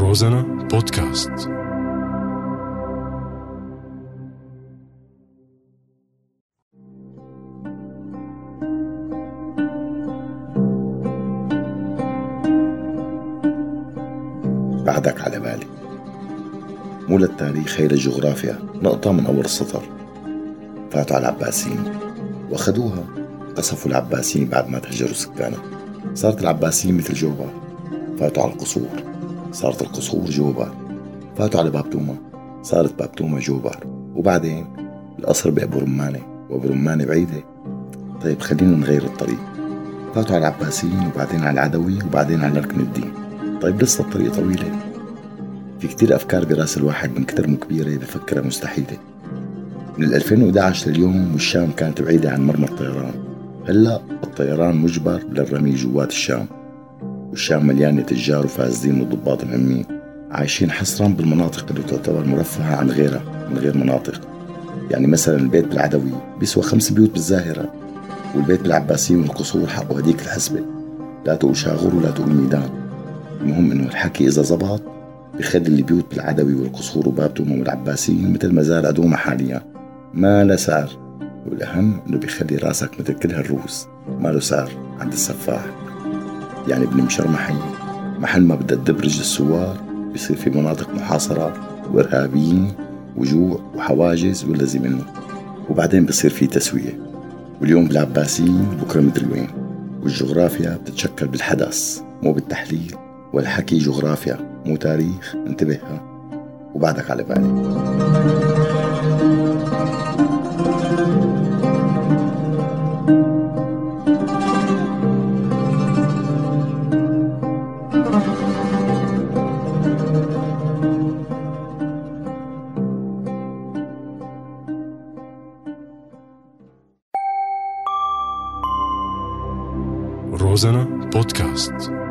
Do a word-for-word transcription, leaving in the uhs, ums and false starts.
روزانا بودكاست. بعدك على بالي، مو للتاريخ هي للجغرافيا، نقطة من أول السطر. فاتوا على العباسيين وأخذوها، قصفوا العباسيين بعد ما تهجروا سكانها، صارت العباسيين مثل جوبار. فاتوا على القصور، صارت القصور جوبار. فاتوا على باب توما، صارت باب توما جوبار. وبعدين القصر بأبو رمانة، وأبو رمانة بعيدة. طيب خلينا نغير الطريق. فاتوا على العباسيين وبعدين على العدوي وبعدين على ركن الدين. طيب لسه الطريق طويلة. في كتير أفكار براس الواحد من كتر مكبيرة بفكرها مستحيلة. من ألفين وإحدى عشر اليوم والشام كانت بعيدة عن مرمى الطيران. هلأ الطيران مجبر للرمي جوات الشام، والشام مليانة تجار وفاسدين وضباط مهمين عايشين حصرا بالمناطق اللي تعتبر مرفهة عن غيرها من غير مناطق. يعني مثلا البيت بالعدوي بيسوى خمس بيوت بالزاهرة، والبيت بالعباسيين والقصور حقه هديك الحسبة. لا تقول شاغر ولا تقول ميدان. المهم انه الحكي اذا زبط بخلي البيوت بالعدوي والقصور وباب توما والعباسيين مثل ما زال عدوما حاليا، ما له سعر. والاهم انه بيخلي راسك مثل كل هالروس ما له سعر عند السفاح. يعني ابن مشرمحي محل ما بدها تدبرج السوار بيصير في مناطق محاصرة وإرهابيين وجوع وحواجز والذي منه، وبعدين بيصير في تسوية. واليوم بالعباسيين بكرة مدري وين. والجغرافيا بتتشكل بالحدث مو بالتحليل، والحكي جغرافيا مو تاريخ، انتبهها. وبعدك على بالي. روزانا بودكاست.